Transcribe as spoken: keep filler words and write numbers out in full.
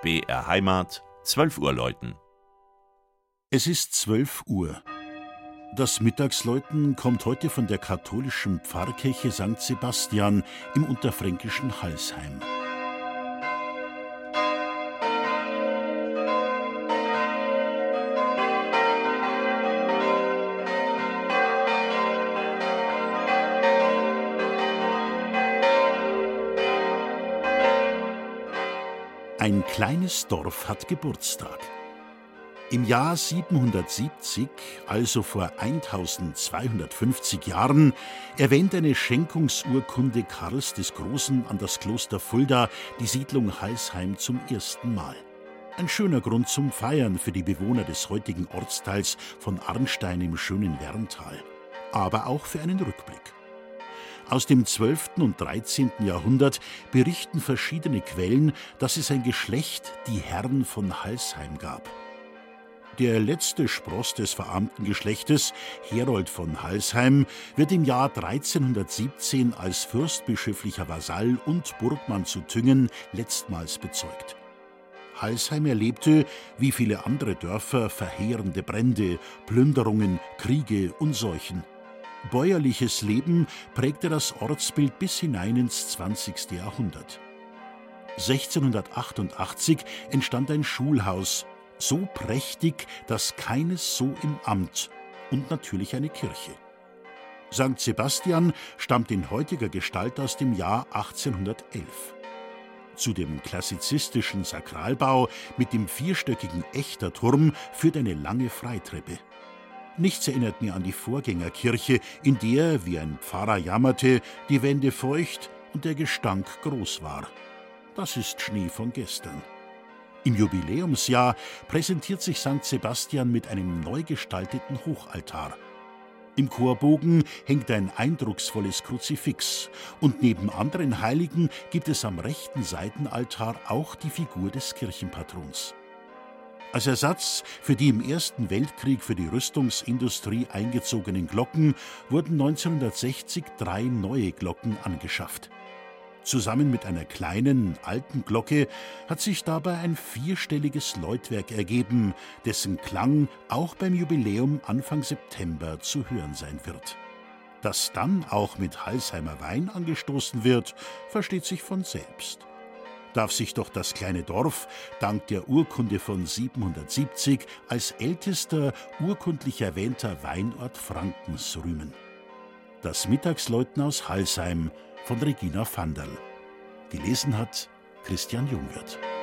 B R Heimat, zwölf Uhr läuten. Es ist zwölf Uhr. Das Mittagsläuten kommt heute von der katholischen Pfarrkirche Sankt Sebastian im unterfränkischen Halsheim. Ein kleines Dorf hat Geburtstag. Im Jahr siebenhundertsiebzig, also vor eintausendzweihundertfünfzig Jahren, erwähnt eine Schenkungsurkunde Karls des Großen an das Kloster Fulda die Siedlung Halsheim zum ersten Mal. Ein schöner Grund zum Feiern für die Bewohner des heutigen Ortsteils von Arnstein im schönen Werntal. Aber auch für einen Rückblick. Aus dem zwölften und dreizehnten Jahrhundert berichten verschiedene Quellen, dass es ein Geschlecht, die Herren von Halsheim, gab. Der letzte Spross des verarmten Geschlechtes, Herold von Halsheim, wird im Jahr dreizehnhundertsiebzehn als fürstbischöflicher Vasall und Burgmann zu Thüngen letztmals bezeugt. Halsheim erlebte, wie viele andere Dörfer, verheerende Brände, Plünderungen, Kriege und Seuchen. Bäuerliches Leben prägte das Ortsbild bis hinein ins zwanzigste Jahrhundert. sechzehnhundertachtundachtzig entstand ein Schulhaus, so prächtig, dass keines so im Amt, und natürlich eine Kirche. Sankt Sebastian stammt in heutiger Gestalt aus dem Jahr achtzehnhundertelf. Zu dem klassizistischen Sakralbau mit dem vierstöckigen Echterturm führt eine lange Freitreppe. Nichts erinnert mir an die Vorgängerkirche, in der, wie ein Pfarrer jammerte, die Wände feucht und der Gestank groß war. Das ist Schnee von gestern. Im Jubiläumsjahr präsentiert sich Sankt Sebastian mit einem neu gestalteten Hochaltar. Im Chorbogen hängt ein eindrucksvolles Kruzifix und neben anderen Heiligen gibt es am rechten Seitenaltar auch die Figur des Kirchenpatrons. Als Ersatz für die im Ersten Weltkrieg für die Rüstungsindustrie eingezogenen Glocken wurden neunzehnhundertsechzig drei neue Glocken angeschafft. Zusammen mit einer kleinen, alten Glocke hat sich dabei ein vierstelliges Läutwerk ergeben, dessen Klang auch beim Jubiläum Anfang September zu hören sein wird. Dass dann auch mit Halsheimer Wein angestoßen wird, versteht sich von selbst. Darf sich doch das kleine Dorf dank der Urkunde von siebenhundertsiebzig als ältester urkundlich erwähnter Weinort Frankens rühmen. Das Mittagsläuten aus Halsheim von Regina Vanderl. Gelesen hat Christian Jungwirth.